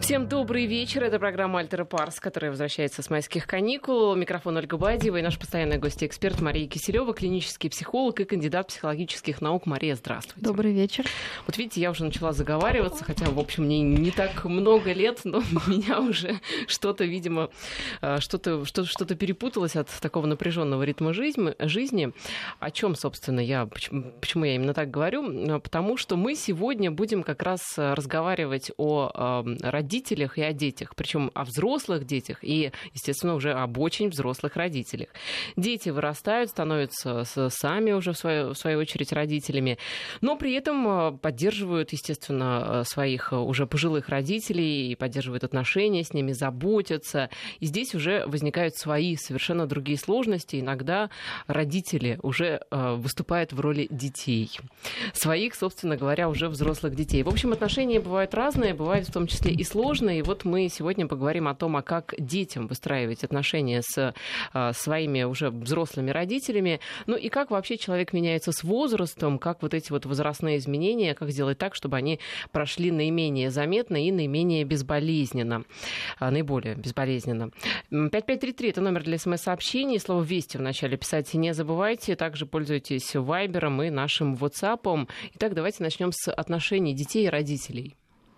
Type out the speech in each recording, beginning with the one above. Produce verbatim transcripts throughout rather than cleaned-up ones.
Всем добрый вечер. Это программа «Альтера Парс», которая возвращается с майских каникул. Микрофон Ольга Бадьева и наш постоянный гость-эксперт Мария Киселева, клинический психолог и кандидат психологических наук. Мария, здравствуйте. Добрый вечер. Вот видите, я уже начала заговариваться, хотя, в общем, мне не так много лет, но у меня уже что-то, видимо, что-то, что-то перепуталось от такого напряженного ритма жизни. О чем, собственно, я, почему, почему я именно так говорю? Потому что мы сегодня будем как раз разговаривать о родителях, родителях и о детях, причем о взрослых детях и, естественно, уже об очень взрослых родителях. Дети вырастают, становятся сами уже в свою, в свою очередь родителями, но при этом поддерживают, естественно, своих уже пожилых родителей, поддерживают отношения с ними, заботятся. И здесь уже возникают свои совершенно другие сложности. Иногда родители уже выступают в роли детей. Своих, собственно говоря, уже взрослых детей. В общем, отношения бывают разные, бывают в том числе и сложные. И вот мы сегодня поговорим о том, а как детям выстраивать отношения с а, своими уже взрослыми родителями. Ну и как вообще человек меняется с возрастом, как вот эти вот возрастные изменения, как сделать так, чтобы они прошли наименее заметно и наименее безболезненно. А, наиболее безболезненно. пять пять три три — это номер для смс-сообщений. Слово «Вести» в начале писать не забывайте. Также пользуйтесь Вайбером и нашим WhatsApp. Итак, давайте начнем с отношений детей и родителей.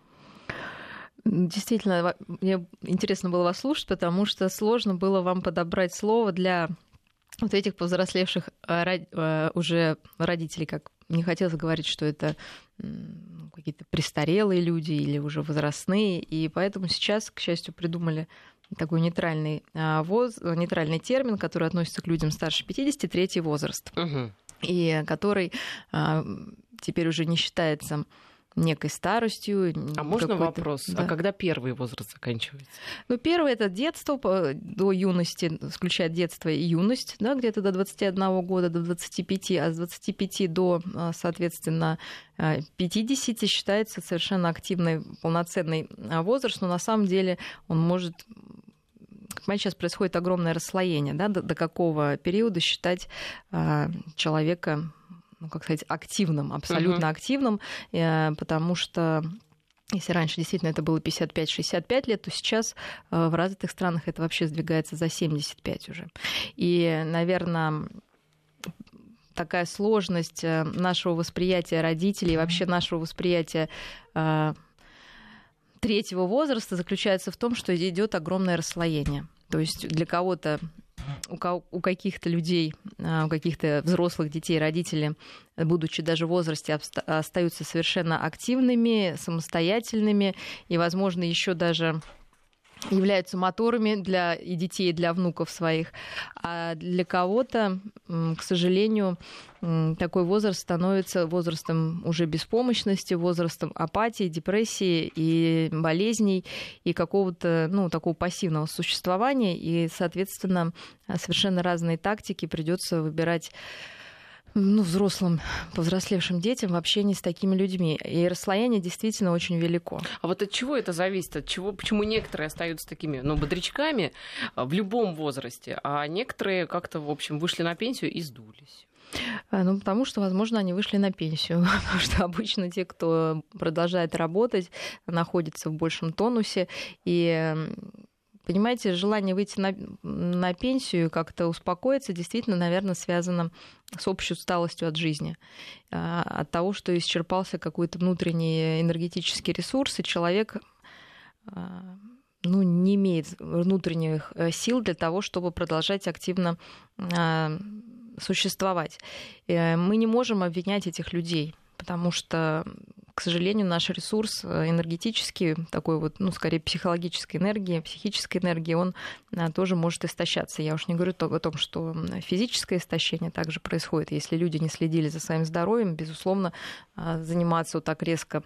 Действительно, мне интересно было вас слушать, потому что сложно было вам подобрать слово для вот этих повзрослевших уже родителей, как не хотелось говорить, что это какие-то престарелые люди или уже возрастные, и поэтому сейчас, к счастью, придумали такой нейтральный, воз, нейтральный термин, который относится к людям старше пятидесяти, третий возраст, угу. и который теперь уже не считается некой старостью. А можно вопрос? Да. А когда первый возраст заканчивается? Ну, первый — это детство, до юности, включая детство и юность, да, где-то до двадцати одного года, до двадцати пяти, а с двадцати пяти до, соответственно, пятидесяти считается совершенно активный, полноценный возраст, но на самом деле он может... Понимаете, сейчас происходит огромное расслоение, да, до, до какого периода считать а, человека... ну, как сказать, активным, абсолютно uh-huh. активным, потому что если раньше действительно это было пятьдесят пять - шестьдесят пять лет, то сейчас в развитых странах это вообще сдвигается за семьдесят пять уже. И, наверное, такая сложность нашего восприятия родителей, вообще нашего восприятия третьего возраста заключается в том, что идет огромное расслоение. То есть для кого-то у каких-то людей, у каких-то взрослых детей родители, будучи даже в возрасте, остаются совершенно активными, самостоятельными и, возможно, еще даже являются моторами для и детей, и для внуков своих. А для кого-то, к сожалению, такой возраст становится возрастом уже беспомощности, возрастом апатии, депрессии и болезней, и какого-то, ну, такого пассивного существования. И, соответственно, совершенно разные тактики придется выбирать, ну, взрослым, повзрослевшим детям в общении с такими людьми. И расслоение действительно очень велико. А вот от чего это зависит? От чего, почему некоторые остаются такими, ну, бодрячками в любом возрасте, а некоторые как-то, в общем, вышли на пенсию и сдулись? Ну, потому что, возможно, они вышли на пенсию. Потому что обычно те, кто продолжает работать, находятся в большем тонусе. И... Понимаете, желание выйти на, на пенсию, как-то успокоиться, действительно, наверное, связано с общей усталостью от жизни. От того, что исчерпался какой-то внутренний энергетический ресурс, и человек, ну, не имеет внутренних сил для того, чтобы продолжать активно существовать. Мы не можем обвинять этих людей, потому что, к сожалению, наш ресурс энергетический, такой вот, ну, скорее психологической энергии, психической энергии, он тоже может истощаться. Я уж не говорю о том, что физическое истощение также происходит. Если люди не следили за своим здоровьем, безусловно, заниматься вот так резко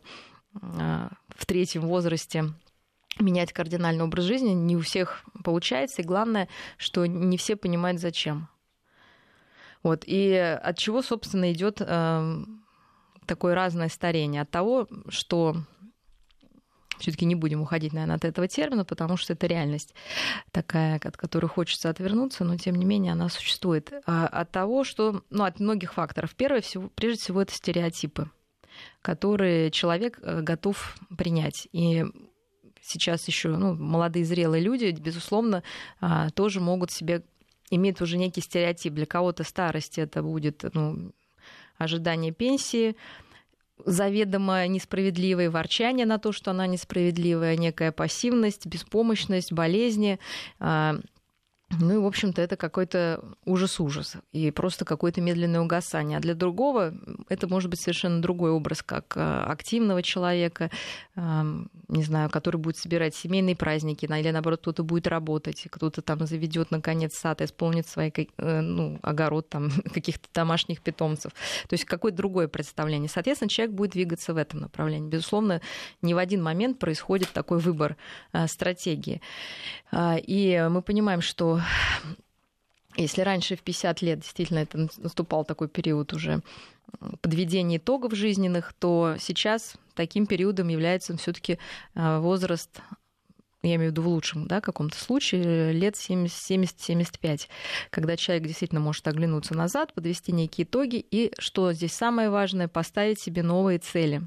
в третьем возрасте, менять кардинальный образ жизни не у всех получается. И главное, что не все понимают, зачем. Вот. И от чего, собственно, идет такое разное старение? От того, что все-таки не будем уходить, наверное, от этого термина, потому что это реальность такая, от которой хочется отвернуться, но тем не менее она существует. А от того, что, ну, от многих факторов. Первое, всего, прежде всего, это стереотипы, которые человек готов принять. И сейчас еще ну, молодые зрелые люди, безусловно, тоже могут себе иметь уже некий стереотип. Для кого-то старость это будет ну, ожидание пенсии, заведомо несправедливое ворчание на то, что она несправедливая, некая пассивность, беспомощность, болезни. Ну и, в общем-то, это какой-то ужас-ужас и просто какое-то медленное угасание. А для другого это может быть совершенно другой образ, как активного человека, не знаю, который будет собирать семейные праздники, или, наоборот, кто-то будет работать, кто-то там заведет наконец, сад, исполнит свой ну, огород там, каких-то домашних питомцев. То есть какое-то другое представление. Соответственно, человек будет двигаться в этом направлении. Безусловно, не в один момент происходит такой выбор стратегии. И мы понимаем, что если раньше в пятьдесят лет действительно это наступал такой период уже подведения итогов жизненных, то сейчас таким периодом является все-таки возраст, я имею в виду в лучшем да, каком-то случае, лет семьдесят семьдесят пять, когда человек действительно может оглянуться назад, подвести некие итоги, и, что здесь самое важное, поставить себе новые цели.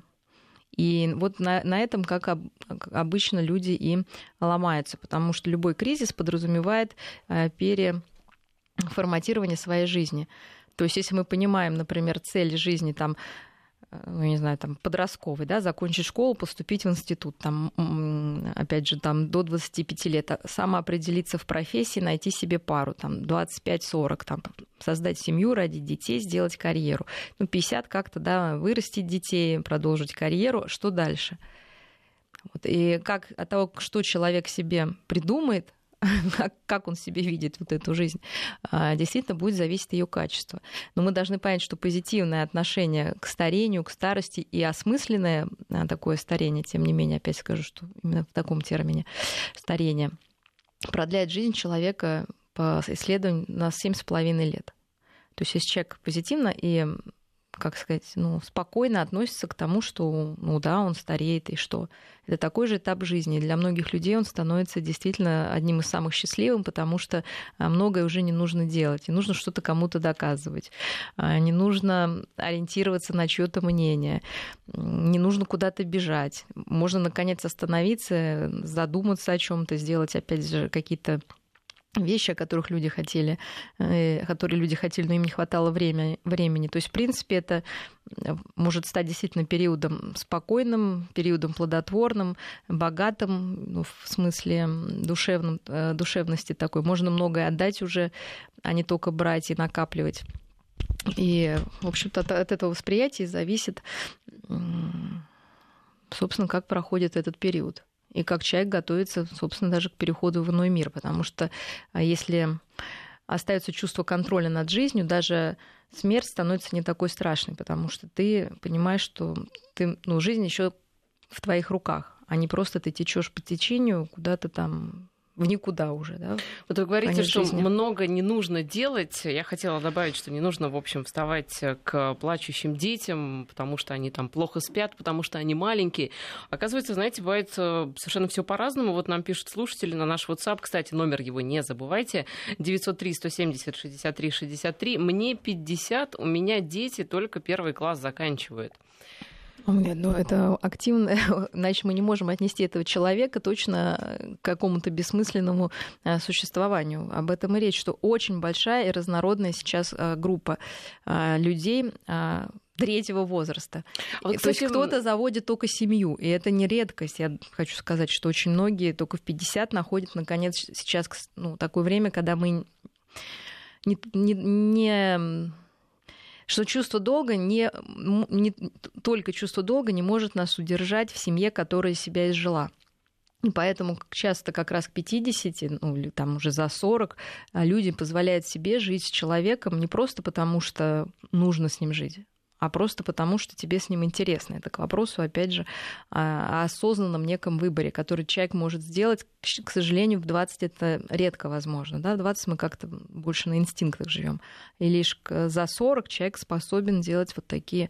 И вот на, на этом, как об, обычно, люди и ломаются, потому что любой кризис подразумевает э, переформатирование своей жизни. То есть если мы понимаем, например, цель жизни, там, ну, не знаю, там, подростковый, да, закончить школу, поступить в институт, там, опять же, там, до двадцати пяти лет, самоопределиться в профессии, найти себе пару, там, двадцать пять сорок, там, создать семью, родить детей, сделать карьеру. Ну, пятьдесят как-то, да, вырастить детей, продолжить карьеру. Что дальше? Вот. И как от того, что человек себе придумает, как, как он себе видит вот эту жизнь, действительно будет зависеть ее качество. Но мы должны понять, что позитивное отношение к старению, к старости и осмысленное такое старение, тем не менее, опять скажу, что именно в таком термине старение, продляет жизнь человека по исследованию на семь с половиной лет. То есть если человек позитивно и, как сказать, ну, спокойно относится к тому, что, ну да, он стареет, и что. Это такой же этап жизни. Для многих людей он становится действительно одним из самых счастливых, потому что многое уже не нужно делать. Не нужно что-то кому-то доказывать. Не нужно ориентироваться на чьё-то мнение. Не нужно куда-то бежать. Можно, наконец, остановиться, задуматься о чем-то, сделать, опять же, какие-то вещи, о которых люди хотели, которые люди хотели, но им не хватало времени, времени. То есть, в принципе, это может стать действительно периодом спокойным, периодом плодотворным, богатым, ну, в смысле душевном, душевности такой. Можно многое отдать уже, а не только брать и накапливать. И, в общем-то, от этого восприятия зависит, собственно, как проходит этот период. И как человек готовится, собственно, даже к переходу в иной мир. Потому что если остается чувство контроля над жизнью, даже смерть становится не такой страшной, потому что ты понимаешь, что ты, ну, жизнь еще в твоих руках, а не просто ты течешь по течению куда-то там в никуда уже. Да? Вот вы говорите, что жизни. Много не нужно делать. Я хотела добавить, что не нужно, в общем, вставать к плачущим детям, потому что они там плохо спят, потому что они маленькие. Оказывается, знаете, бывает совершенно все по-разному. Вот нам пишут слушатели на наш WhatsApp, кстати, номер его не забывайте, девятьсот три сто семьдесят шестьдесят три шестьдесят три. Мне пятьдесят, у меня дети только первый класс заканчивают. Нет, ну это активно, иначе мы не можем отнести этого человека точно к какому-то бессмысленному существованию. Об этом и речь, что очень большая и разнородная сейчас группа людей третьего возраста. Вот, кстати, то есть кто-то заводит только семью, и это не редкость. Я хочу сказать, что очень многие только в пятьдесят находят, наконец, сейчас ну, такое время, когда мы не... не, не что чувство долга, не, не только чувство долга не может нас удержать в семье, которая себя изжила. И поэтому часто как раз к пятидесяти, ну, или там уже за сорок, люди позволяют себе жить с человеком не просто потому, что нужно с ним жить, а просто потому, что тебе с ним интересно. Это к вопросу, опять же, о осознанном неком выборе, который человек может сделать. К сожалению, в двадцать это редко возможно. Да? В двадцать мы как-то больше на инстинктах живем. И лишь за сорок человек способен делать вот такие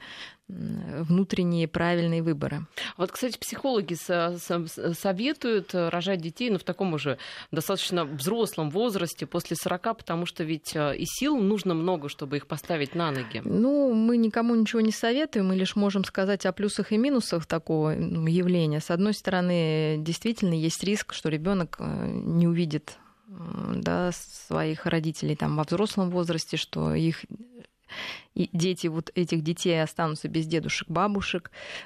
внутренние правильные выборы. Вот, кстати, психологи со- со- советуют рожать детей, но в таком уже достаточно взрослом возрасте, после сорока, потому что ведь и сил нужно много, чтобы их поставить на ноги. Ну, мы никому ничего не советуем, мы лишь можем сказать о плюсах и минусах такого явления. С одной стороны, действительно есть риск, что ребенок не увидит, да, своих родителей там во взрослом возрасте, что их и дети вот этих детей останутся без дедушек, бабушек.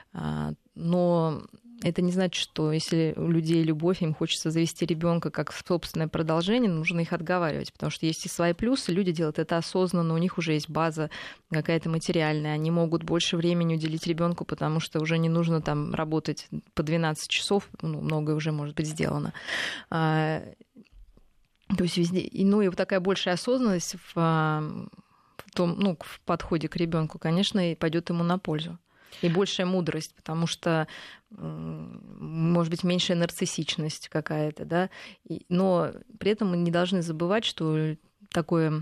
Но это не значит, что если у людей любовь, им хочется завести ребенка как собственное продолжение, нужно их отговаривать, потому что есть и свои плюсы, люди делают это осознанно, у них уже есть база какая-то материальная, они могут больше времени уделить ребенку, потому что уже не нужно там работать по двенадцать часов, ну, многое уже может быть сделано. То есть везде, ну и вот такая большая осознанность в, в том, ну, в подходе к ребенку, конечно, и пойдет ему на пользу. И большая мудрость, потому что, может быть, меньшая нарциссичность какая-то, да. И, но при этом мы не должны забывать, что такое,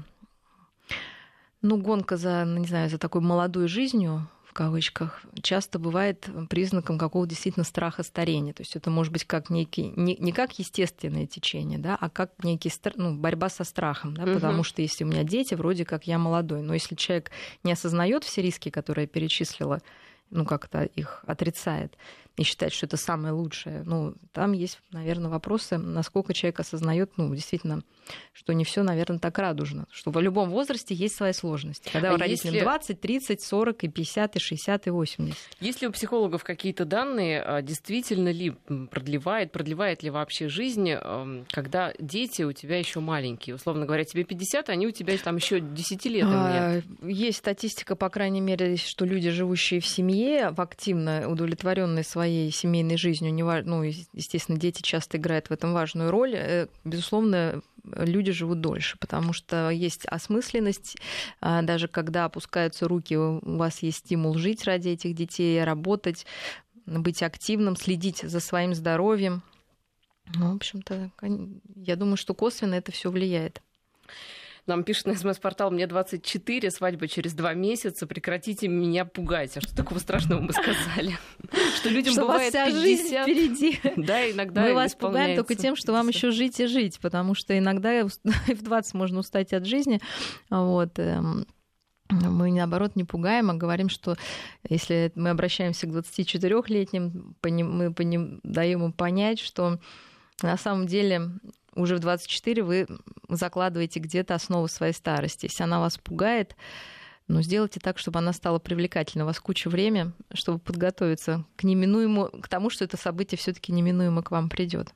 ну, гонка за, не знаю, за такой молодой жизнью, в кавычках, часто бывает признаком какого-то действительно страха старения. То есть это может быть как некий, не, не как естественное течение, да, а как некий, ну, борьба со страхом, да, угу. Потому что если у меня дети, вроде как я молодой, но если человек не осознает все риски, которые я перечислила, ну, как-то их отрицает и считает, что это самое лучшее. Ну, там есть, наверное, вопросы, насколько человек осознает, ну, действительно, что не все, наверное, так радужно, что в любом возрасте есть свои сложности. Когда а у родителей если... двадцать, тридцать, сорок, и пятьдесят, и шестьдесят, и восемьдесят. Есть ли у психологов какие-то данные, действительно ли продлевает, продлевает ли вообще жизнь, когда дети у тебя еще маленькие? Условно говоря, тебе пятьдесят, они у тебя там еще десять лет нет. Есть статистика, по крайней мере, что люди, живущие в семье, в активно удовлетворенной своей семейной жизнью, ну, естественно, дети часто играют в этом важную роль, безусловно, люди живут дольше, потому что есть осмысленность, даже когда опускаются руки, у вас есть стимул жить ради этих детей, работать, быть активным, следить за своим здоровьем. Ну, в общем-то, я думаю, что косвенно это все влияет. Нам пишет на СМС-портал: мне двадцать четыре, свадьба через два месяца, прекратите меня пугать. А что такого страшного мы сказали? Что людям бывает пятьдесят. Впереди. Да, иногда мы вас пугаем только тем, что вам еще жить и жить, потому что иногда в двадцать можно устать от жизни. Вот. Мы, наоборот, не пугаем, а говорим, что если мы обращаемся к двадцатичетырёхлетним, мы даем им понять, что на самом деле уже в двадцать четыре вы закладываете где-то основу своей старости. Если она вас пугает, ну, сделайте так, чтобы она стала привлекательной. У вас куча времени, чтобы подготовиться к неминуемому, к тому, что это событие все-таки неминуемо к вам придет.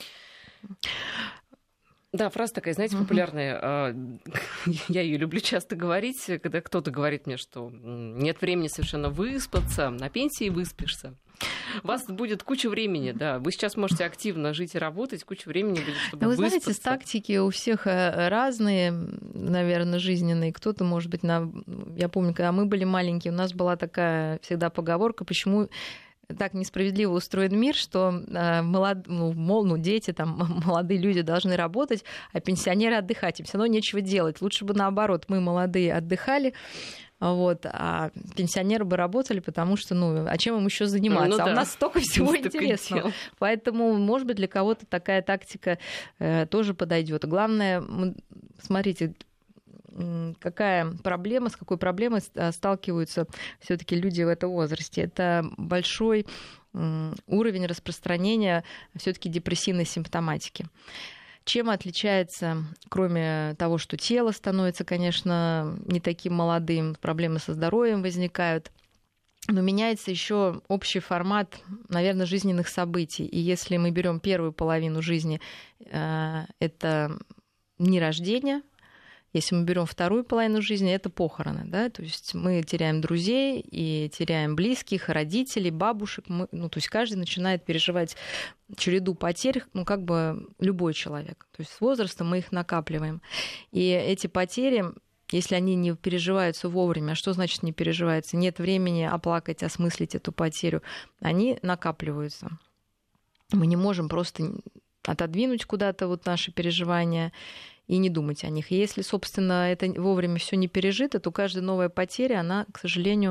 Да, фраза такая, знаете, популярная. Я ее люблю часто говорить, когда кто-то говорит мне, что нет времени совершенно выспаться, на пенсии выспишься. У вас будет куча времени, да. Вы сейчас можете активно жить и работать, куча времени будет, чтобы Вы выспаться. Знаете, тактики у всех разные, наверное, жизненные. Кто-то, может быть, на... я помню, когда мы были маленькие, у нас была такая всегда поговорка, почему так несправедливо устроен мир, что молод... ну, мол, ну, дети, там, молодые люди должны работать, а пенсионеры отдыхать. Им все равно нечего делать. Лучше бы наоборот, мы молодые отдыхали, вот, а пенсионеры бы работали, потому что, ну, а чем им еще заниматься? Ну, да. А у нас столько всего интересного. Дел. Поэтому, может быть, для кого-то такая тактика э, тоже подойдет. Главное, смотрите, какая проблема, с какой проблемой сталкиваются все-таки люди в этом возрасте. Это большой уровень распространения все-таки депрессивной симптоматики. Чем отличается, кроме того, что тело становится, конечно, не таким молодым, проблемы со здоровьем возникают, но меняется еще общий формат, наверное, жизненных событий. И если мы берем первую половину жизни, это не рождение. Если мы берем вторую половину жизни, это похороны, да, то есть мы теряем друзей и теряем близких, родителей, бабушек, мы, ну, то есть каждый начинает переживать череду потерь, ну, как бы любой человек, то есть с возрастом мы их накапливаем, и эти потери, если они не переживаются вовремя, что значит не переживаются? Нет времени оплакать, осмыслить эту потерю, они накапливаются. Мы не можем просто отодвинуть куда-то вот наши переживания и не думать о них. И если, собственно, это вовремя все не пережито, то каждая новая потеря, она, к сожалению,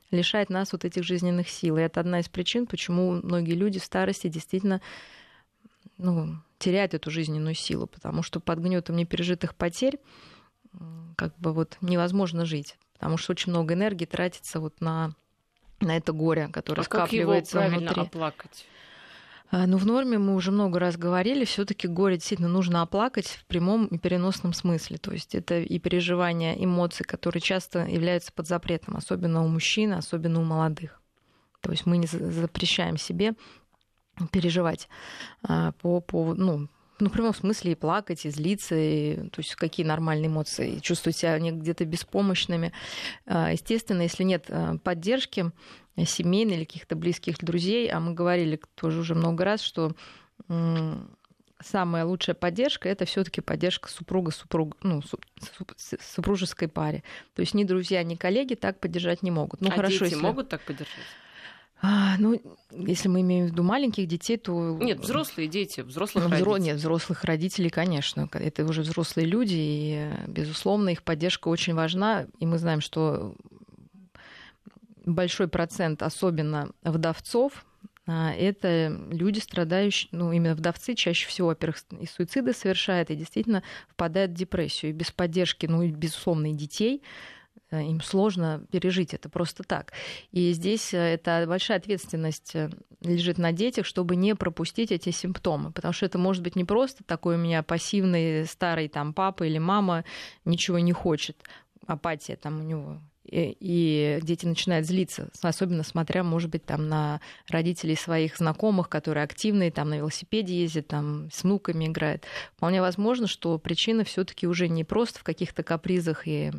лишает нас вот этих жизненных сил. И это одна из причин, почему многие люди в старости действительно ну, теряют эту жизненную силу, потому что под гнетом непережитых потерь как бы вот невозможно жить, потому что очень много энергии тратится вот на, на это горе, которое а скапливается как его правильно внутри. Оплакать? Ну, в норме мы уже много раз говорили, все-таки горе действительно нужно оплакать в прямом и переносном смысле. То есть это и переживания эмоций, которые часто являются под запретом, особенно у мужчин, особенно у молодых. То есть мы не запрещаем себе переживать по, по ну, ну, в прямом смысле и плакать, и злиться, и, то есть какие нормальные эмоции, и чувствовать себя где-то беспомощными. Естественно, если нет поддержки семейной или каких-то близких друзей, а мы говорили тоже уже много раз, что самая лучшая поддержка — это все-таки поддержка супруга, супруга, ну, супружеской паре. То есть ни друзья, ни коллеги так поддержать не могут. Ну, а хорошо, дети если... могут так поддержать? А, ну, если мы имеем в виду маленьких детей, то... Нет, взрослые дети, взрослых ну, родителей. Нет, взрослых родителей, конечно. Это уже взрослые люди, и, безусловно, их поддержка очень важна. И мы знаем, что большой процент, особенно вдовцов, это люди, страдающие, ну, именно вдовцы чаще всего, во-первых, и суициды совершают, и действительно впадают в депрессию. И без поддержки, ну, и, безусловно, и детей им сложно пережить это просто так. И здесь это большая ответственность лежит на детях, чтобы не пропустить эти симптомы. Потому что это может быть не просто такой у меня пассивный старый там папа или мама ничего не хочет, апатия там у него. И, и дети начинают злиться, особенно смотря, может быть, там, на родителей своих знакомых, которые активные, там, на велосипеде ездят, там, с внуками играют. Вполне возможно, что причина все-таки уже не просто в каких-то капризах и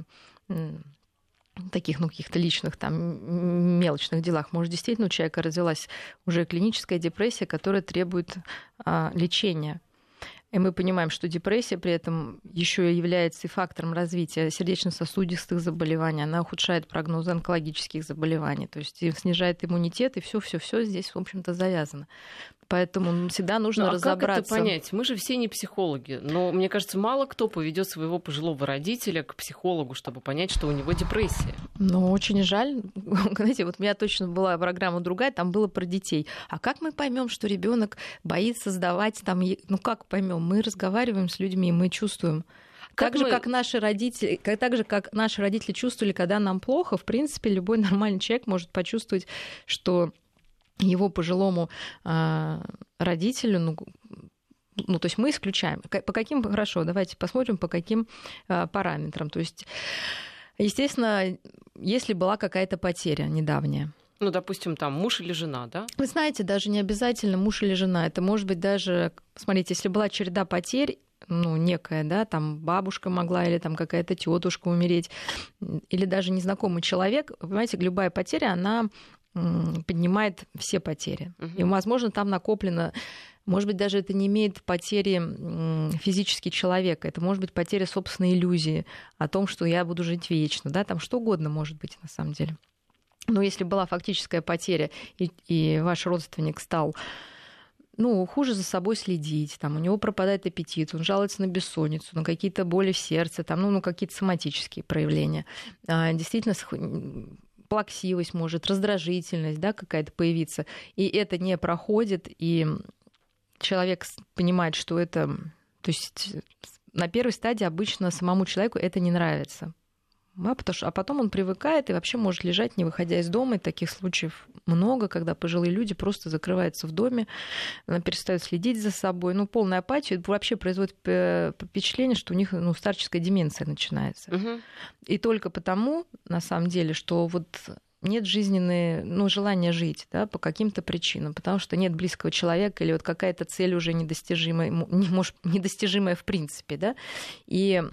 таких, ну, каких-то личных, там, мелочных делах. Может, действительно у человека развилась уже клиническая депрессия, которая требует а, лечения. И мы понимаем, что депрессия при этом еще является и фактором развития сердечно-сосудистых заболеваний. Она ухудшает прогнозы онкологических заболеваний, то есть снижает иммунитет, и все-все-все здесь, в общем-то, завязано. Поэтому всегда нужно ну, а разобраться. Как это понять? Мы же все не психологи, но, мне кажется, мало кто поведет своего пожилого родителя к психологу, чтобы понять, что у него депрессия. Ну, очень жаль. Знаете, вот у меня точно была программа другая, там было про детей. А как мы поймем, что ребенок боится сдавать там? Ну, как поймем? Мы разговариваем с людьми, мы чувствуем. Как так мы... же, как наши родители, как, так же, как наши родители чувствовали, когда нам плохо, в принципе, любой нормальный человек может почувствовать, что его пожилому э, родителю, ну, ну, то есть мы исключаем. По каким, хорошо, давайте посмотрим, по каким э, параметрам. То есть, естественно, если была какая-то потеря недавняя. Ну, допустим, там муж или жена, да? Вы знаете, даже не обязательно муж или жена. Это может быть даже, смотрите, если была череда потерь, ну, некая, да, там бабушка могла или там какая-то тетушка умереть, или даже незнакомый человек, понимаете, любая потеря, она поднимает все потери. Uh-huh. И, возможно, там накоплено, может быть, даже это не имеет потери физически человека, это может быть потеря собственной иллюзии о том, что я буду жить вечно, да, там что угодно может быть на самом деле. Но если была фактическая потеря, и, и ваш родственник стал, ну, хуже за собой следить, там, у него пропадает аппетит, он жалуется на бессонницу, на какие-то боли в сердце, там, ну, ну какие-то соматические проявления, а, действительно, плаксивость может, раздражительность, да, какая-то появиться, и это не проходит, и человек понимает, что это... То есть на первой стадии обычно самому человеку это не нравится. Да, потому что, а потом он привыкает и вообще может лежать, не выходя из дома. И таких случаев много, когда пожилые люди просто закрываются в доме, перестают следить за собой. Ну, полная апатия. Это вообще производит впечатление, что у них, ну, старческая деменция начинается. Угу. И только потому, на самом деле, что вот нет жизненной, ну, желания жить, да, по каким-то причинам, потому что нет близкого человека или вот какая-то цель уже недостижимая, не, может, недостижимая в принципе, да, и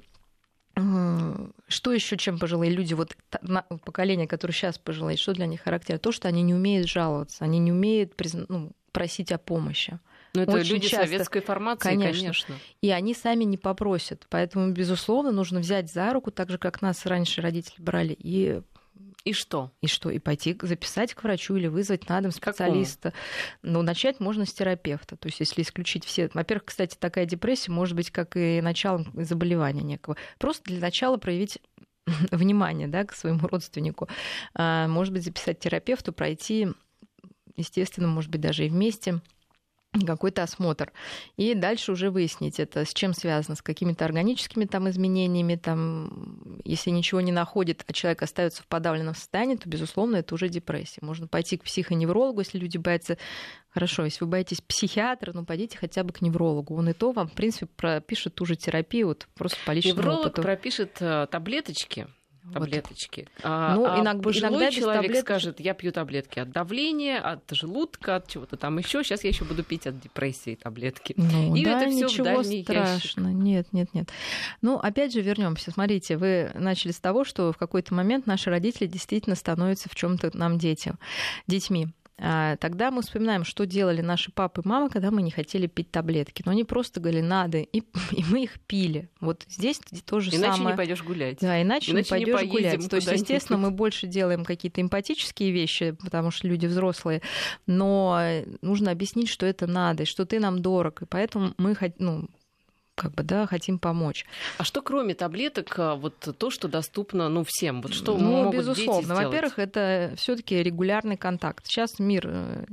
что еще, чем пожилые люди, вот поколение, которое сейчас пожилые, что для них характерно? То, что они не умеют жаловаться, они не умеют призна... ну, просить о помощи. Но это очень люди часто, советской формации, конечно. конечно. И они сами не попросят. Поэтому, безусловно, нужно взять за руку, так же, как нас раньше родители брали, и И что? И что? И пойти записать к врачу или вызвать на дом специалиста. Ну, начать можно с терапевта. То есть, если исключить все... Во-первых, кстати, такая депрессия может быть как и началом заболевания некого. Просто для начала проявить внимание, да, к своему родственнику. Может быть, записать терапевту, пройти, естественно, может быть, даже и вместе какой-то осмотр. И дальше уже выяснить, это с чем связано, с какими-то органическими там изменениями. Там, если ничего не находит, а человек остается в подавленном состоянии, то, безусловно, это уже депрессия. Можно пойти к психоневрологу, если люди боятся. Хорошо, если вы боитесь психиатра, ну, пойдите хотя бы к неврологу. Он и то вам, в принципе, пропишет ту же терапию, вот просто по личному Невролог опыту. пропишет таблеточки, таблеточки. Вот. А, ну, а иногда, пожилой иногда человек таблеточек... скажет, я пью таблетки от давления, от желудка, от чего-то там еще. Сейчас я еще буду пить от депрессии таблетки. Ну, и да, это все ничего в дальний страшного. ящик. Нет, нет, нет. Ну, опять же, вернемся. Смотрите, вы начали с того, что в какой-то момент наши родители действительно становятся в чем-то нам дети, детьми. Тогда мы вспоминаем, что делали наши папы и мамы, когда мы не хотели пить таблетки. Но они просто говорили, надо, и, и мы их пили. Вот здесь то же иначе самое. Иначе не пойдешь гулять. Да, иначе, иначе не пойдешь гулять. То есть, естественно, мы больше делаем какие-то эмпатические вещи, потому что люди взрослые, но нужно объяснить, что это надо, что ты нам дорог, и поэтому мы ну, как бы, да, хотим помочь. А что кроме таблеток, вот то, что доступно, ну, всем? Вот что ну, могут безусловно. дети сделать? Во-первых, это все-таки регулярный контакт. Сейчас мир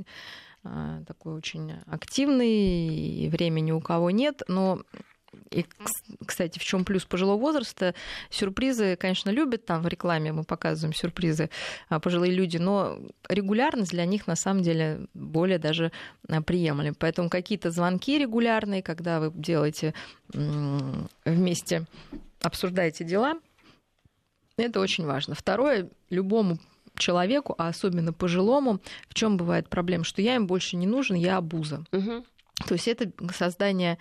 такой очень активный, и времени у кого нет, но и, кстати, в чем плюс пожилого возраста? Сюрпризы, конечно, любят, там в рекламе мы показываем сюрпризы пожилые люди, но регулярность для них на самом деле более даже приемлема. Поэтому какие-то звонки регулярные, когда вы делаете вместе, обсуждаете дела, это очень важно. Второе, любому человеку, а особенно пожилому, в чем бывает проблема, что я им больше не нужен, я обуза. Угу. То есть это создание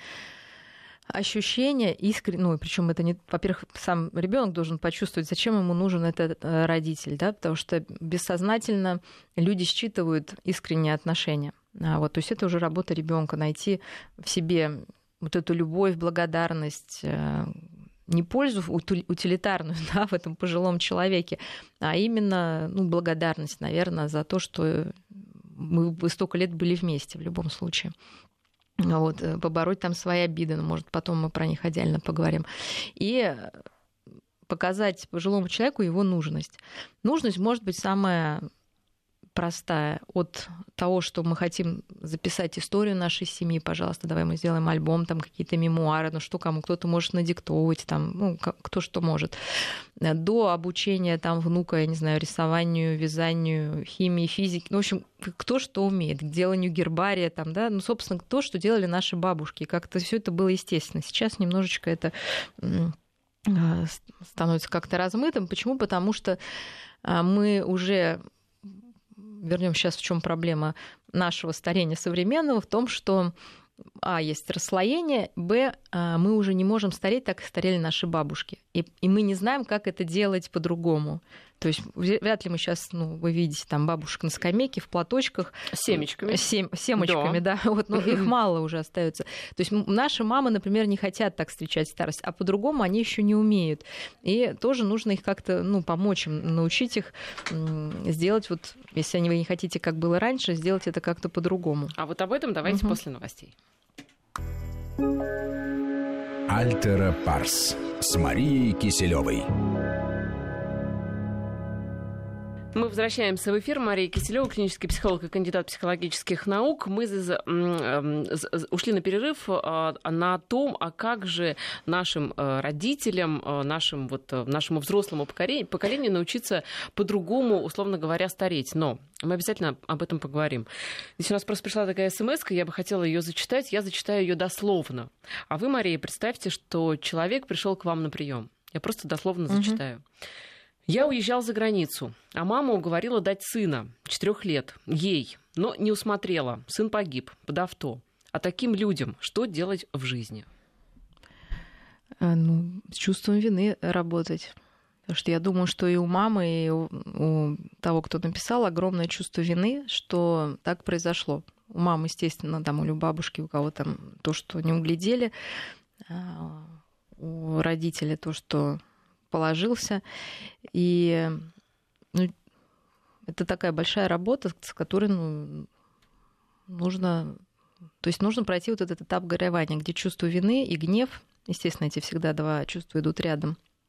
ощущение искренне, ну, причем это не, во-первых, сам ребенок должен почувствовать, зачем ему нужен этот родитель, да, потому что бессознательно люди считывают искренние отношения. А вот, то есть это уже работа ребенка найти в себе вот эту любовь, благодарность, не пользу утилитарную, да, в этом пожилом человеке, а именно, ну, благодарность, наверное, за то, что мы столько лет были вместе в любом случае. Вот, побороть там свои обиды, но, может, потом мы про них отдельно поговорим. И показать пожилому человеку его нужность. Нужность может быть самая простая. От того, что мы хотим записать историю нашей семьи, пожалуйста, давай мы сделаем альбом, там какие-то мемуары, ну что кому, кто-то может надиктовывать, там, ну, кто что может. До обучения там внука, я не знаю, рисованию, вязанию, химии, физике, ну, в общем, кто что умеет, к деланию гербария, там, да, ну, собственно, то, что делали наши бабушки, как-то все это было естественно. Сейчас немножечко это становится как-то размытым. Почему? Потому что мы уже вернем сейчас, в чем проблема нашего старения современного, в том, что а, есть расслоение, б, мы уже не можем стареть, так как старели наши бабушки. И, и мы не знаем, как это делать по-другому. То есть вряд ли мы сейчас, ну, вы видите, там бабушек на скамейке, в платочках. С семечками. Сем, семечками, да. да вот, но их мало уже остается. То есть наши мамы, например, не хотят так встречать старость, а по-другому они еще не умеют. И тоже нужно их как-то, ну, помочь им, научить их сделать, вот, если вы не хотите, как было раньше, сделать это как-то по-другому. А вот об этом давайте угу. после новостей. Альтера Парс с Марией Киселёвой. Мы возвращаемся в эфир. Мария Киселёва, клинический психолог и кандидат психологических наук. Мы ушли на перерыв на том, а как же нашим родителям, нашим, вот, нашему взрослому поколению, поколению научиться по-другому, условно говоря, стареть. Но мы обязательно об этом поговорим. Здесь у нас просто пришла такая смс-ка, я бы хотела ее зачитать. Я зачитаю ее дословно. А вы, Мария, представьте, что человек пришел к вам на прием. Я просто дословно зачитаю. Угу. Я уезжал за границу, а мама уговорила дать сына, четырех лет, ей, но не усмотрела. Сын погиб под авто. А таким людям что делать в жизни? Ну, с чувством вины работать. Потому что я думаю, что и у мамы, и у, у того, кто написал, огромное чувство вины, что так произошло. У мамы, естественно, там, или у бабушки, у кого там то, что не углядели, у родителей то, что положился. И ну, это такая большая работа, с которой ну, нужно... То есть нужно пройти вот этот этап горевания, где чувство вины и гнев, естественно, эти всегда два чувства идут рядом,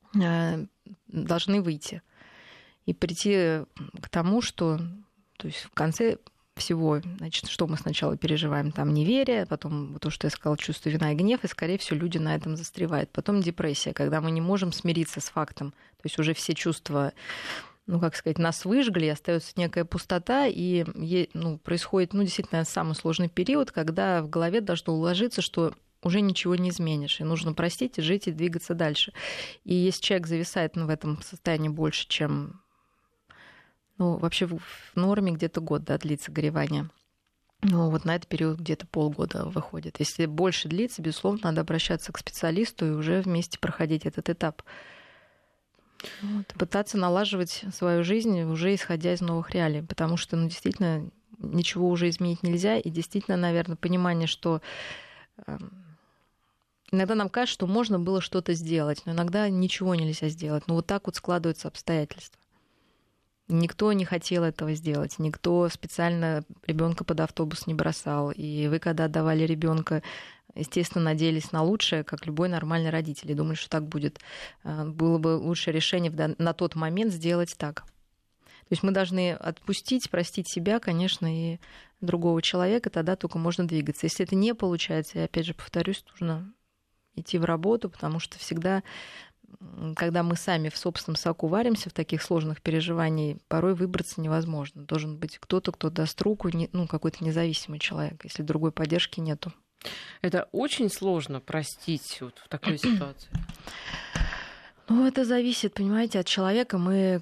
должны выйти и прийти к тому, что, то есть в конце всего, значит, что мы сначала переживаем, там неверие, потом то, что я сказала, чувство вина и гнев, и, скорее всего, люди на этом застревают. Потом депрессия, когда мы не можем смириться с фактом, то есть уже все чувства, ну, как сказать, нас выжгли, остается некая пустота, и ну, происходит, ну, действительно, самый сложный период, когда в голове должно уложиться, что уже ничего не изменишь, и нужно простить, и жить, и двигаться дальше. И если человек зависает ну, в этом состоянии больше, чем... Ну, вообще в норме где-то год, да, длится горевание. Ну, вот на этот период где-то полгода выходит. Если больше длится, безусловно, надо обращаться к специалисту и уже вместе проходить этот этап. Вот, пытаться налаживать свою жизнь уже исходя из новых реалий, потому что, ну, действительно, ничего уже изменить нельзя, и действительно, наверное, понимание, что э, иногда нам кажется, что можно было что-то сделать, но иногда ничего нельзя сделать. Но вот так вот складываются обстоятельства. Никто не хотел этого сделать, никто специально ребенка под автобус не бросал. И вы, когда отдавали ребенка, естественно, надеялись на лучшее, как любой нормальный родитель, и думали, что так будет. Было бы лучшее решение на тот момент сделать так. То есть мы должны отпустить, простить себя, конечно, и другого человека, тогда только можно двигаться. Если это не получается, я опять же повторюсь, нужно идти в работу, потому что всегда... Когда мы сами в собственном соку варимся в таких сложных переживаниях, порой выбраться невозможно. Должен быть кто-то, кто даст руку, ну, какой-то независимый человек, если другой поддержки нету. Это очень сложно простить вот в такой ситуации? Ну, это зависит, понимаете, от человека. Мы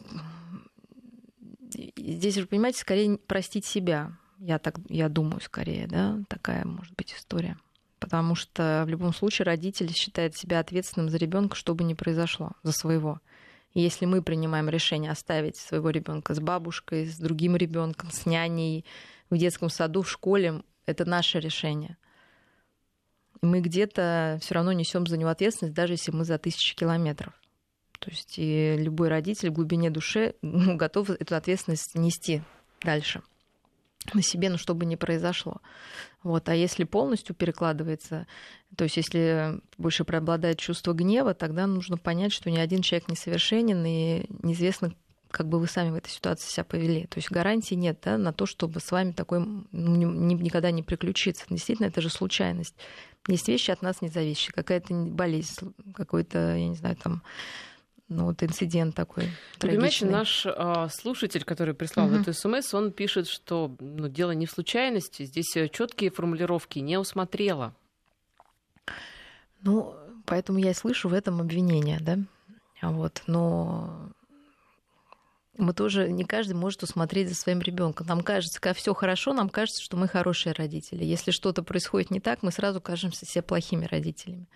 здесь же, понимаете, скорее простить себя. Я так, я думаю, скорее, да, такая может быть история. Потому что в любом случае родитель считает себя ответственным за ребенка, что бы ни произошло, за своего. И если мы принимаем решение оставить своего ребенка с бабушкой, с другим ребенком, с няней, в детском саду, в школе, это наше решение. И мы где-то все равно несем за него ответственность, даже если мы за тысячи километров. То есть и любой родитель в глубине души ну, готов эту ответственность нести дальше на себе, ну, что бы ни произошло. Вот. А если полностью перекладывается, то есть если больше преобладает чувство гнева, тогда нужно понять, что ни один человек не совершенен, и неизвестно, как бы вы сами в этой ситуации себя повели. То есть гарантии нет, да, на то, чтобы с вами такой ну, никогда не приключиться. Действительно, это же случайность. Есть вещи от нас не зависящие. Какая-то болезнь, какой-то, я не знаю, там... Ну, вот инцидент такой трагичный. Понимаете, наш а, слушатель, который прислал uh-huh. эту смс, он пишет, что ну, дело не в случайности, здесь четкие формулировки не усмотрела. Ну, поэтому я и слышу в этом обвинение, да. Вот, но мы тоже, не каждый может усмотреть за своим ребенком. Нам кажется, когда все хорошо, нам кажется, что мы хорошие родители. Если что-то происходит не так, мы сразу кажемся себе плохими родителями.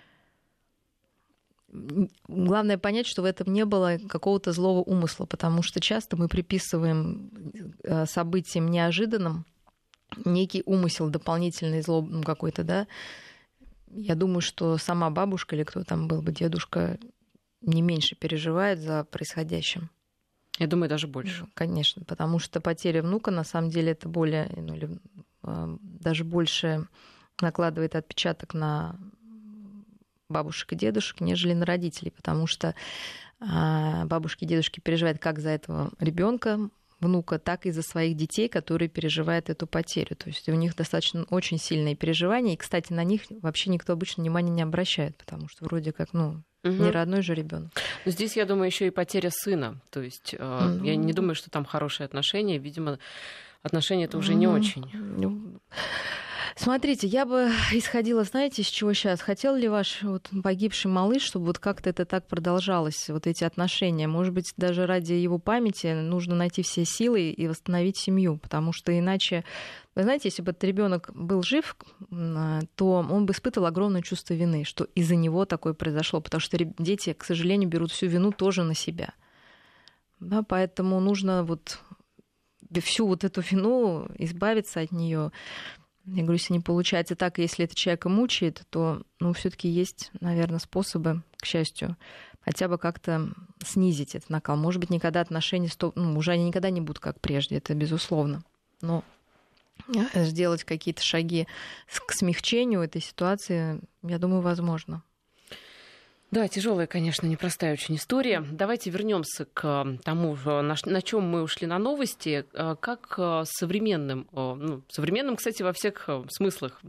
Главное понять, что в этом не было какого-то злого умысла, потому что часто мы приписываем событиям неожиданным некий умысел дополнительный, зло ну, какой-то, да. Я думаю, что сама бабушка или кто там был бы, дедушка, не меньше переживает за происходящим. Я думаю, даже больше. Конечно, потому что потеря внука, на самом деле, это более, ну, или, даже больше накладывает отпечаток на бабушек и дедушек, нежели на родителей, потому что бабушки и дедушки переживают как за этого ребенка, внука, так и за своих детей, которые переживают эту потерю. То есть у них достаточно очень сильные переживания, и, кстати, на них вообще никто обычно внимания не обращает, потому что вроде как, ну, угу. не родной же ребенок. Но здесь, я думаю, еще и потеря сына. То есть mm-hmm. я не думаю, что там хорошие отношения. Видимо, отношения это уже mm-hmm. не очень. Смотрите, я бы исходила, знаете, с чего сейчас? Хотел ли ваш вот погибший малыш, чтобы вот как-то это так продолжалось, вот эти отношения? Может быть, даже ради его памяти нужно найти все силы и восстановить семью, потому что иначе, вы знаете, если бы этот ребенок был жив, то он бы испытывал огромное чувство вины, что из-за него такое произошло, потому что дети, к сожалению, берут всю вину тоже на себя. Да, поэтому нужно вот всю вот эту вину избавиться от нее. Я говорю, если не получается так, если это человека мучает, то ну, все-таки есть, наверное, способы, к счастью, хотя бы как-то снизить этот накал. Может быть, никогда отношения сто... ну, уже они никогда не будут как прежде, это безусловно. Но сделать какие-то шаги к смягчению этой ситуации, я думаю, возможно. Да, тяжелая, конечно, непростая очень история. Давайте вернемся к тому, на, на чем мы ушли на новости. Как современным, ну, современным, кстати, во всех смыслах,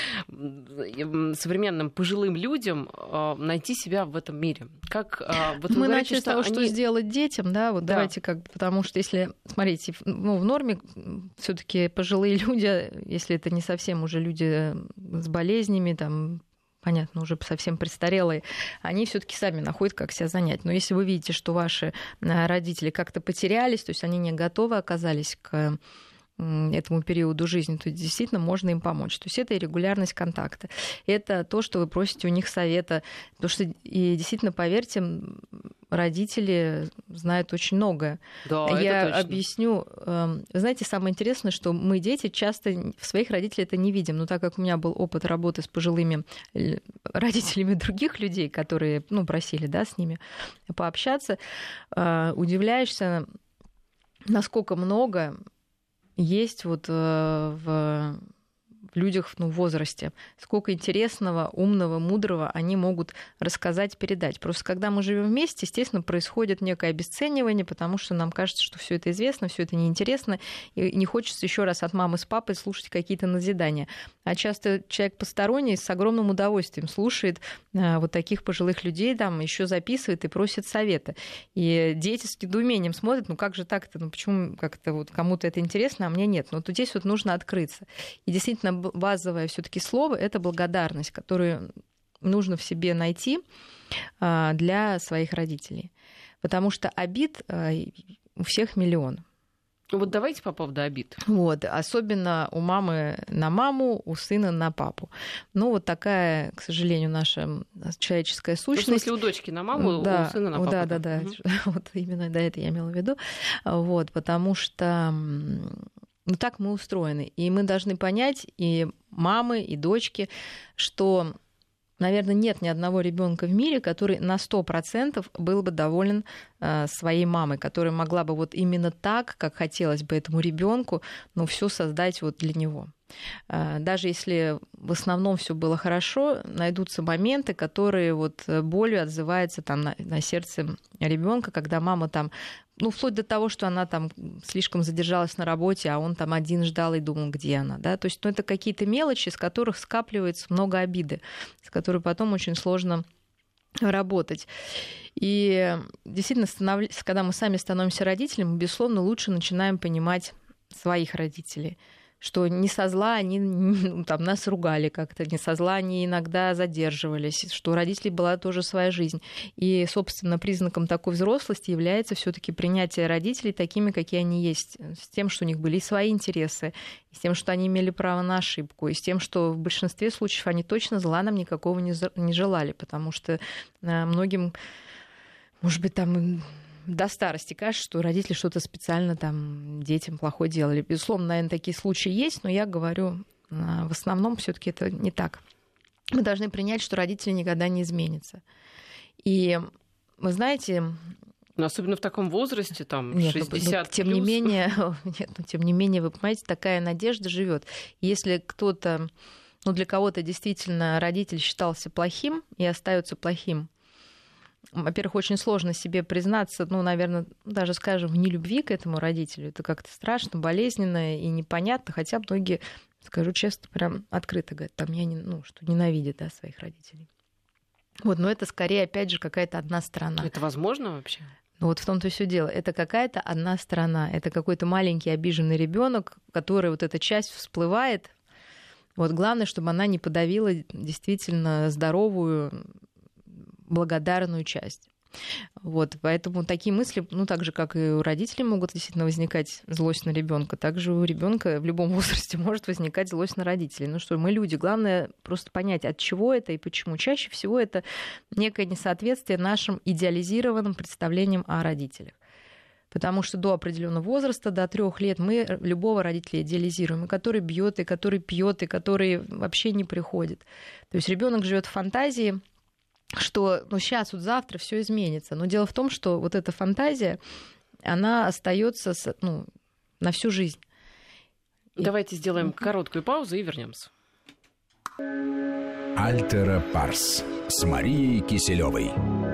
современным пожилым людям найти себя в этом мире? Как, вот мы говорите, начали с того, что они... сделать детям, да, вот да. Давайте как, потому что если, смотрите, ну, в норме все-таки пожилые люди, если это не совсем уже люди с болезнями, там, понятно, уже совсем престарелые, они все-таки сами находят, как себя занять. Но если вы видите, что ваши родители как-то потерялись, то есть они не готовы оказались к этому периоду жизни, то действительно можно им помочь. То есть это и регулярность контакта. Это то, что вы просите у них совета. Потому что, и действительно, поверьте, родители знают очень многое. Да, я это точно. Объясню. Вы знаете, самое интересное, что мы, дети, часто в своих родителей это не видим. Но так как у меня был опыт работы с пожилыми родителями других людей, которые, ну, просили, да, с ними пообщаться, удивляешься, насколько много есть вот в, в людях, ну, в возрасте. Сколько интересного, умного, мудрого они могут рассказать, передать. Просто когда мы живем вместе, естественно, происходит некое обесценивание, потому что нам кажется, что все это известно, все это неинтересно, и не хочется еще раз от мамы с папой слушать какие-то назидания. А часто человек посторонний с огромным удовольствием слушает вот таких пожилых людей, там еще записывает и просит совета. И дети с недоумением смотрят, ну как же так-то, ну почему как-то вот кому-то это интересно, а мне нет. Но вот здесь вот нужно открыться. И действительно базовое все-таки слово — это благодарность, которую нужно в себе найти для своих родителей. Потому что обид у всех миллион. Вот давайте по поводу обид. Вот, особенно у мамы на маму, у сына на папу. Ну, вот такая, к сожалению, наша человеческая сущность. Ну, в смысле, у дочки на маму, да, у сына на папу. Да, да, да. Угу. Вот именно до этого я имела в виду. Вот, потому что ну, так мы устроены. И мы должны понять, и мамы, и дочки, что, наверное, нет ни одного ребенка в мире, который на сто процентов был бы доволен э, своей мамой, которая могла бы вот именно так, как хотелось бы этому ребенку, ну, все создать вот для него. Э, даже если в основном все было хорошо, найдутся моменты, которые вот болью отзываются там на, на сердце ребенка, когда мама там, ну, вплоть до того, что она там слишком задержалась на работе, а он там один ждал и думал, где она, да, то есть, ну, это какие-то мелочи, с которых скапливается много обиды, с которой потом очень сложно работать. И действительно, когда мы сами становимся родителями, мы, безусловно, лучше начинаем понимать своих родителей, что не со зла они ну, там, нас ругали как-то, не со зла они иногда задерживались, что у родителей была тоже своя жизнь. И, собственно, признаком такой взрослости является все-таки принятие родителей такими, какие они есть, с тем, что у них были свои интересы, с тем, что они имели право на ошибку, и с тем, что в большинстве случаев они точно зла нам никакого не желали, потому что многим, может быть, там... до старости кажется, что родители что-то специально там детям плохое делали. Безусловно, наверное, такие случаи есть, но я говорю, в основном все-таки это не так. Мы должны принять, что родители никогда не изменятся. И вы знаете... Но особенно в таком возрасте, там, нет, шестьдесят ну, тем плюс. не менее, нет, ну, тем не менее, вы понимаете, такая надежда живет. Если кто-то, ну, для кого-то действительно родитель считался плохим и остается плохим, во-первых, очень сложно себе признаться, ну, наверное, даже, скажем, в нелюбви к этому родителю. Это как-то страшно, болезненно и непонятно, хотя многие, скажу честно, прям открыто говорят, там, я не, ну, что ненавидят, да, своих родителей. Вот, но это скорее, опять же, какая-то одна сторона. Это возможно вообще? Ну вот в том-то и все дело. Это какая-то одна сторона. Это какой-то маленький обиженный ребенок, который вот эта часть всплывает. Вот главное, чтобы она не подавила действительно здоровую, благодарную часть. Вот, поэтому такие мысли, ну, так же, как и у родителей могут действительно возникать злость на ребенка, так же у ребенка в любом возрасте может возникать злость на родителей. Ну что, мы люди, главное просто понять, от чего это и почему. Чаще всего это некое несоответствие нашим идеализированным представлениям о родителях. Потому что до определенного возраста, до трех лет, мы любого родителя идеализируем, и который бьет, и который пьет, и который вообще не приходит. То есть ребенок живет в фантазии, что ну, сейчас, вот завтра все изменится. Но дело в том, что вот эта фантазия, она остается ну, на всю жизнь. Давайте сделаем короткую паузу и вернемся. Альтера Парс с Марией Киселевой.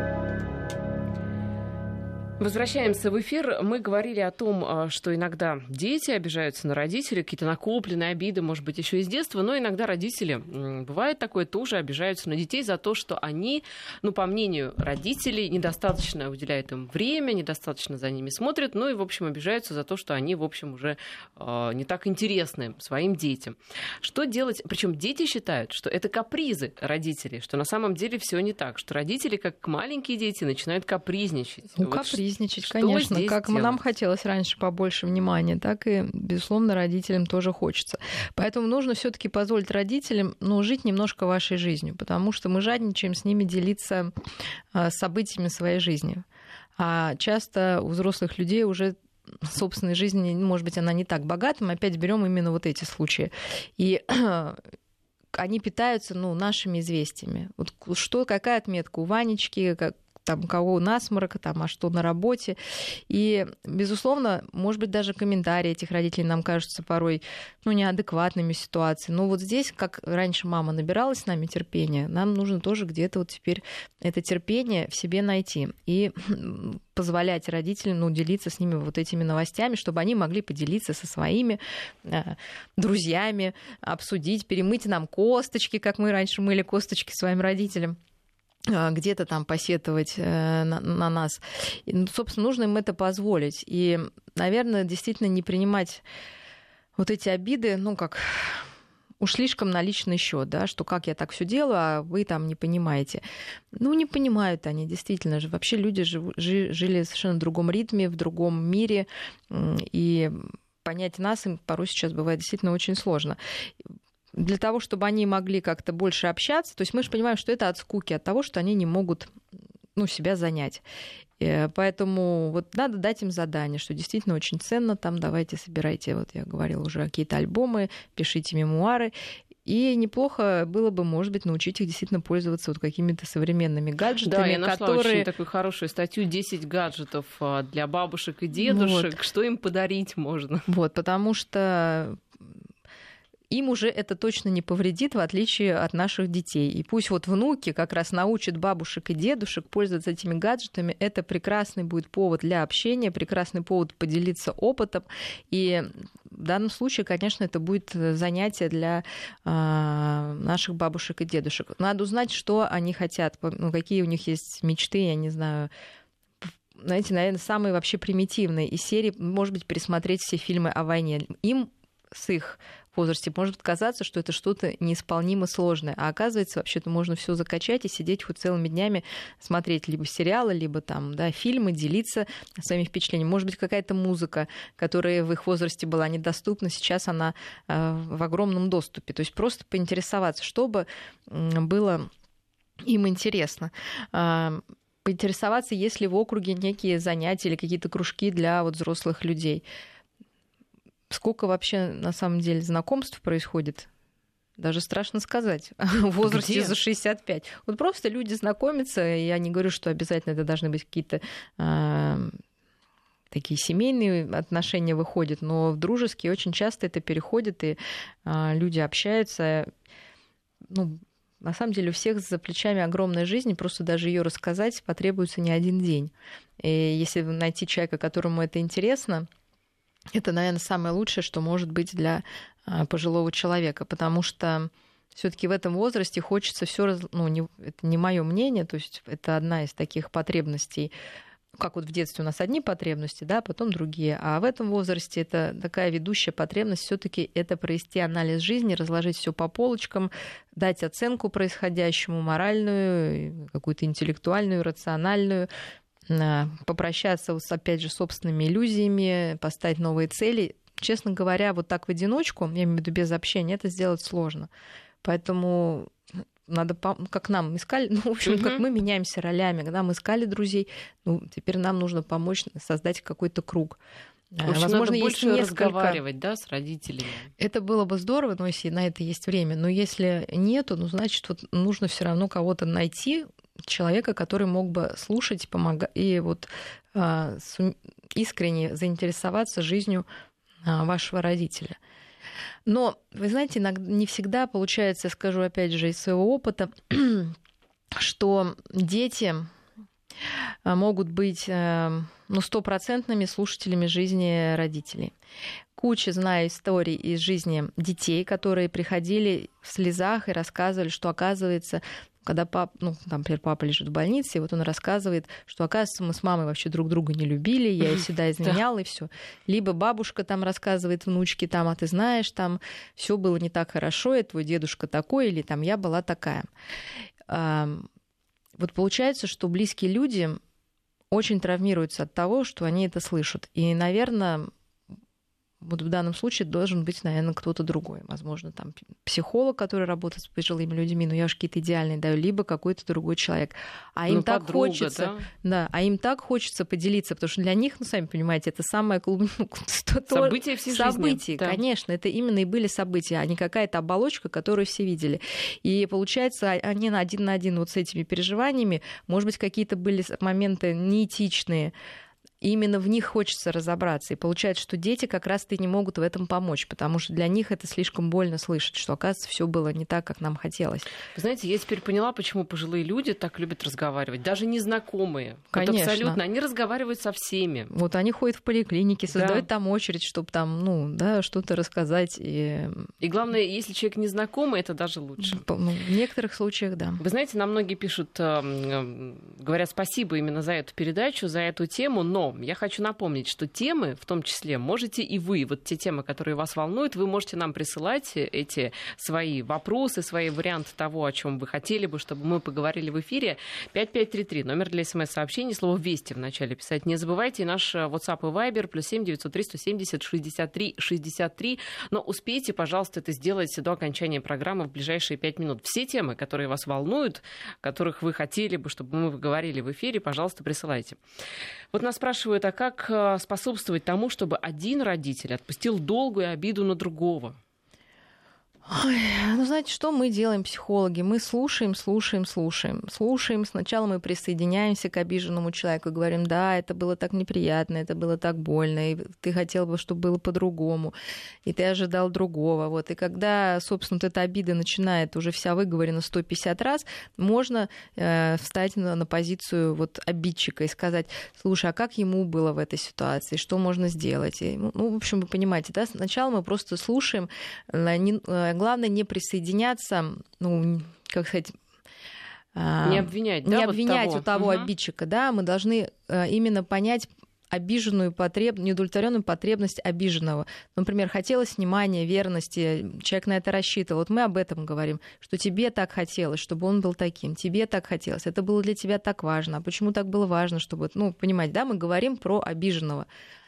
Возвращаемся в эфир. Мы говорили о том, что иногда дети обижаются на родителей, какие-то накопленные обиды, может быть, еще из детства, но иногда родители, бывает такое, тоже обижаются на детей за то, что они, ну, по мнению родителей, недостаточно уделяют им время, недостаточно за ними смотрят, ну и, в общем, обижаются за то, что они, в общем, уже э, не так интересны своим детям. Что делать? Причем дети считают, что это капризы родителей, что на самом деле все не так, что родители, как маленькие дети, начинают капризничать. Ну, вот капризничать, конечно. Как делать? Нам хотелось раньше побольше внимания, так и, безусловно, родителям тоже хочется. Поэтому нужно все-таки позволить родителям, ну, жить немножко вашей жизнью, потому что мы жадничаем с ними делиться событиями своей жизни. А часто у взрослых людей уже собственной жизни, может быть, она не так богата, мы опять берем именно вот эти случаи. И они питаются, ну, нашими известиями. Вот что, какая отметка у Ванечки, как там, у кого насморок, там, а что на работе. И, безусловно, может быть, даже комментарии этих родителей нам кажутся порой, ну, неадекватными ситуацией. Но вот здесь, как раньше мама набиралась с нами терпения, нам нужно тоже где-то вот теперь это терпение в себе найти. И позволять родителям, ну, делиться с ними вот этими новостями, чтобы они могли поделиться со своими э, друзьями, обсудить, перемыть нам косточки, как мы раньше мыли косточки своим родителям, где-то там посетовать на, на нас. И, ну, собственно, нужно им это позволить. И, наверное, действительно не принимать вот эти обиды, ну, как уж слишком на личный счет, да, что как я так все делаю, а вы там не понимаете. Ну, не понимают они, действительно же. Вообще люди жив, жили в совершенно другом ритме, в другом мире, и понять нас им порой сейчас бывает действительно очень сложно. Для того, чтобы они могли как-то больше общаться, то есть мы же понимаем, что это от скуки, от того, что они не могут, ну, себя занять. Поэтому вот надо дать им задание, что действительно очень ценно, там давайте собирайте, вот я говорила уже, какие-то альбомы, пишите мемуары. И неплохо было бы, может быть, научить их действительно пользоваться вот какими-то современными гаджетами, да, я нашла которые... очень такую хорошую статью «десять гаджетов для бабушек и дедушек». Вот. Что им подарить можно? Вот, потому что им уже это точно не повредит, в отличие от наших детей. И пусть вот внуки как раз научат бабушек и дедушек пользоваться этими гаджетами. Это прекрасный будет повод для общения, прекрасный повод поделиться опытом. И в данном случае, конечно, это будет занятие для э, наших бабушек и дедушек. Надо узнать, что они хотят, ну, какие у них есть мечты, я не знаю. Знаете, наверное, самые вообще примитивные из серии, может быть, пересмотреть все фильмы о войне. Им с их возрасте может казаться, что это что-то неисполнимо сложное, а оказывается, вообще-то можно все закачать и сидеть хоть целыми днями, смотреть либо сериалы, либо там, да, фильмы, делиться своими впечатлениями. Может быть, какая-то музыка, которая в их возрасте была недоступна, сейчас она э, в огромном доступе. То есть просто поинтересоваться, чтобы было им интересно. Э, поинтересоваться, есть ли в округе некие занятия или какие-то кружки для вот взрослых людей. Сколько вообще на самом деле знакомств происходит? Даже страшно сказать. В возрасте Где? За шестьдесят пять. Вот просто люди знакомятся. Я не говорю, что обязательно это должны быть какие-то э, такие семейные отношения выходят, но в дружеские очень часто это переходит, и э, люди общаются. Ну, на самом деле у всех за плечами огромная жизнь, просто даже ее рассказать потребуется не один день. И если найти человека, которому это интересно, это, наверное, самое лучшее, что может быть для пожилого человека, потому что все-таки в этом возрасте хочется все, ну, не, это не мое мнение, то есть это одна из таких потребностей, как вот в детстве у нас одни потребности, да, потом другие, а в этом возрасте это такая ведущая потребность все-таки это провести анализ жизни, разложить все по полочкам, дать оценку происходящему, моральную, какую-то интеллектуальную, рациональную, попрощаться, опять же, с собственными иллюзиями, поставить новые цели. Честно говоря, вот так в одиночку, я имею в виду без общения, это сделать сложно. Поэтому надо, как нам искали, ну, в общем, uh-huh. как мы меняемся ролями, когда мы искали друзей, ну, теперь нам нужно помочь создать какой-то круг. В общем, возможно, надо больше несколько... разговаривать, да, с родителями. Это было бы здорово, но если на это есть время. Но если нету, ну, значит, вот нужно все равно кого-то найти, человека, который мог бы слушать, помогать и вот а, искренне заинтересоваться жизнью а, вашего родителя. Но, вы знаете, иногда не всегда получается, скажу опять же из своего опыта, что дети могут быть ну, стопроцентными слушателями жизни родителей. Куча знаю историй из жизни детей, которые приходили в слезах и рассказывали, что, оказывается, когда пап, ну, там, например, папа лежит в больнице, и вот он рассказывает, что, оказывается, мы с мамой вообще друг друга не любили, я ее всегда изменяла, и все. Либо бабушка там рассказывает внучке, там, а ты знаешь, там все было не так хорошо, и твой дедушка такой, или там я была такая. Вот получается, что близкие люди очень травмируются от того, что они это слышат. И, наверное, вот в данном случае должен быть, наверное, кто-то другой. Возможно, там психолог, который работает с пожилыми людьми, но я уж какие-то идеальные даю, либо какой-то другой человек. А им ну, так подруга, хочется, да? Да, а им так хочется поделиться, потому что для них, ну, сами понимаете, это самое клуб... событие всей жизни. События, да. Конечно, это именно и были события, а не какая-то оболочка, которую все видели. И получается, они на один на один вот с этими переживаниями, может быть, какие-то были моменты неэтичные. И именно в них хочется разобраться. И получается, что дети как раз-то и не могут в этом помочь, потому что для них это слишком больно слышать, что, оказывается, все было не так, как нам хотелось. Вы знаете, я теперь поняла, почему пожилые люди так любят разговаривать. Даже незнакомые. Конечно. Вот абсолютно. Они разговаривают со всеми. Вот они ходят в поликлинике, создают да. там очередь, чтобы там, ну, да, что-то рассказать. И... и главное, если человек незнакомый, это даже лучше. Ну, в некоторых случаях, да. Вы знаете, нам многие пишут, говорят спасибо именно за эту передачу, за эту тему, но я хочу напомнить, что темы, в том числе, можете и вы, вот те темы, которые вас волнуют, вы можете нам присылать эти свои вопросы, свои варианты того, о чем вы хотели бы, чтобы мы поговорили в эфире. пять пять три три, номер для смс-сообщений, слово «Вести» в начале писать не забывайте. И наш WhatsApp и Viber, плюс семь девятьсот три сто семьдесят шестьдесят три шестьдесят три. Но успейте, пожалуйста, это сделать до окончания программы в ближайшие пять минут. Все темы, которые вас волнуют, которых вы хотели бы, чтобы мы говорили в эфире, пожалуйста, присылайте. Вот нас спрашивают, а как способствовать тому, чтобы один родитель отпустил долгую обиду на другого? Ой, ну, знаете, что мы делаем, психологи? Мы слушаем, слушаем, слушаем. Слушаем. Сначала мы присоединяемся к обиженному человеку и говорим, да, это было так неприятно, это было так больно, и ты хотел бы, чтобы было по-другому, и ты ожидал другого. Вот. И когда, собственно, вот эта обида начинает уже вся выговорена сто пятьдесят раз, можно э, встать на, на позицию вот обидчика и сказать, слушай, а как ему было в этой ситуации, что можно сделать? И, ну, в общем, вы понимаете, да, сначала мы просто слушаем, не, главное не присоединяться, ну, как сказать, не обвинять, не да, обвинять вот того, у того угу. обидчика, да, мы должны именно понять обиженную потреб... неудовлетворенную потребность обиженного. Например, хотелось внимания, верности, человек на это рассчитывал. Вот мы об этом говорим, что тебе так хотелось, чтобы он был таким, тебе так хотелось, это было для тебя так важно. А почему так было важно, чтобы... Ну, понимаете, да, мы говорим про обиженного,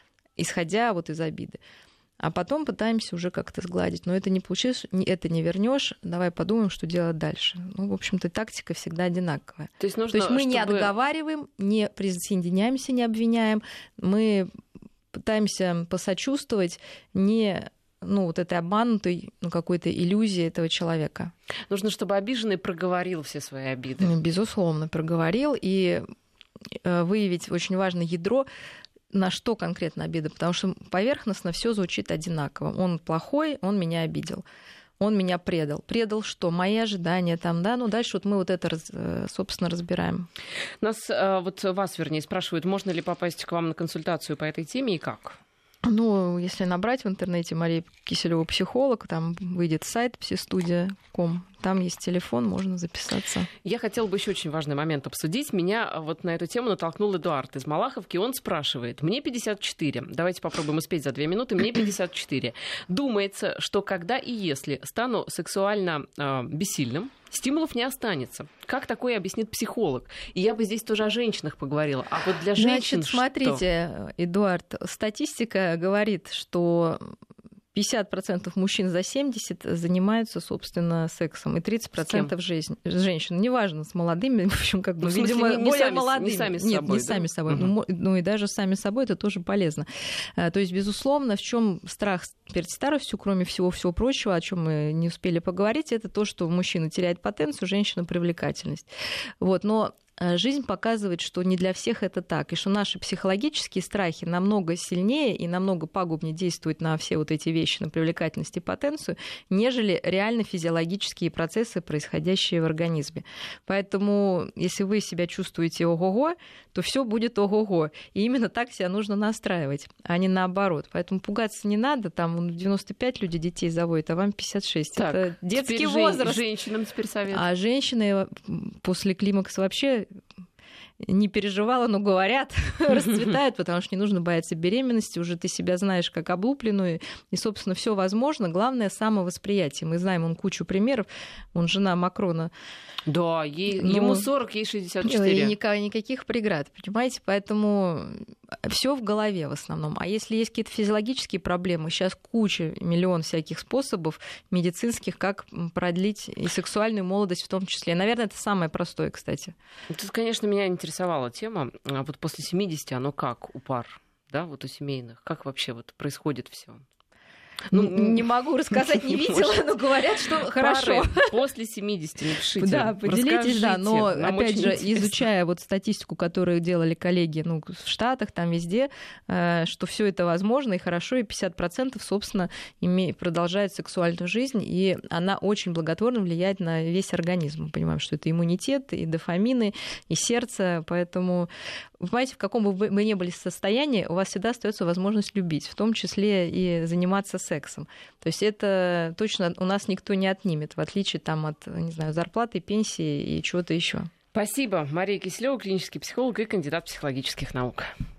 исходя вот из обиды. А потом пытаемся уже как-то сгладить. Но это не получилось, это не вернешь. Давай подумаем, что делать дальше. Ну, в общем-то, тактика всегда одинаковая. То есть, нужно, То есть мы чтобы... не отговариваем, не присоединяемся, не обвиняем. Мы пытаемся посочувствовать, не ну, вот этой обманутой ну, какой-то иллюзии этого человека. Нужно, чтобы обиженный проговорил все свои обиды. Безусловно, проговорил. И выявить очень важно ядро, на что конкретно обида, потому что поверхностно все звучит одинаково. Он плохой, он меня обидел. Он меня предал. Предал что? Мои ожидания там, да? Ну, дальше вот мы вот это, собственно, разбираем. Нас, вот вас, вернее, спрашивают, можно ли попасть к вам на консультацию по этой теме и как? Ну, если набрать в интернете Мария Киселёва психолог, там выйдет сайт псистудия точка ком. Там есть телефон, можно записаться. Я хотела бы еще очень важный момент обсудить. Меня вот на эту тему натолкнул Эдуард из Малаховки. Он спрашивает, мне пятьдесят четыре. Давайте попробуем успеть за две минуты. Мне пятьдесят четыре. Думается, что когда и если стану сексуально э, бессильным, стимулов не останется. Как такое объяснит психолог? И я бы здесь тоже о женщинах поговорила. А вот для женщин Значит, смотрите, что? Эдуард, статистика говорит, что пятьдесят процентов мужчин за семьдесят занимаются, собственно, сексом, и тридцать процентов жизнь, женщин. Неважно, с молодыми, в общем, как бы, ну, в смысле, видимо, не, не более сами, молодыми. Не сами с Нет, собой, не да? сами с собой. Угу. Ну, ну и даже сами с собой это тоже полезно. То есть, безусловно, в чем страх перед старостью, кроме всего-всего прочего, о чем мы не успели поговорить, это то, что мужчина теряет потенцию, женщина — привлекательность. Вот. Но жизнь показывает, что не для всех это так, и что наши психологические страхи намного сильнее и намного пагубнее действуют на все вот эти вещи, на привлекательность и потенцию, нежели реально физиологические процессы, происходящие в организме. Поэтому, если вы себя чувствуете ого-го, то все будет ого-го. И именно так себя нужно настраивать, а не наоборот. Поэтому пугаться не надо. Там девяносто пять людей детей заводят, а вам пятьдесят шесть. Так, это детский жен- возраст. Женщинам теперь совет. А женщины после климакса вообще не переживала, но говорят, расцветают, потому что не нужно бояться беременности, уже ты себя знаешь как облупленную, и, собственно, все возможно. Главное — самовосприятие. Мы знаем он кучу примеров. Он жена Макрона. Да, ей, ну, ему сорок, ей шестьдесят четыре. И никаких преград, понимаете? Поэтому все в голове в основном. А если есть какие-то физиологические проблемы, сейчас куча, миллион всяких способов медицинских, как продлить и сексуальную молодость в том числе. Наверное, это самое простое, кстати. Тут, конечно, меня интересовала тема. А вот после семидесяти оно как у пар, да, вот у семейных? Как вообще вот происходит все? Ну, не могу рассказать, не видела, но говорят, что хорошо. После семидесяти напишите. Да, поделитесь, да, но опять же, интересно. изучая вот статистику, которую делали коллеги, ну, в Штатах, там везде, что все это возможно и хорошо, и пятьдесят процентов, собственно, продолжают сексуальную жизнь, и она очень благотворно влияет на весь организм. Мы понимаем, что это иммунитет, и дофамины, и сердце, поэтому, вы понимаете, в каком бы вы ни были состоянии, у вас всегда остается возможность любить, в том числе и заниматься сексом. То есть это точно у нас никто не отнимет, в отличие там, от, не знаю, зарплаты, пенсии и чего-то еще. Спасибо. Мария Киселева, клинический психолог и кандидат психологических наук.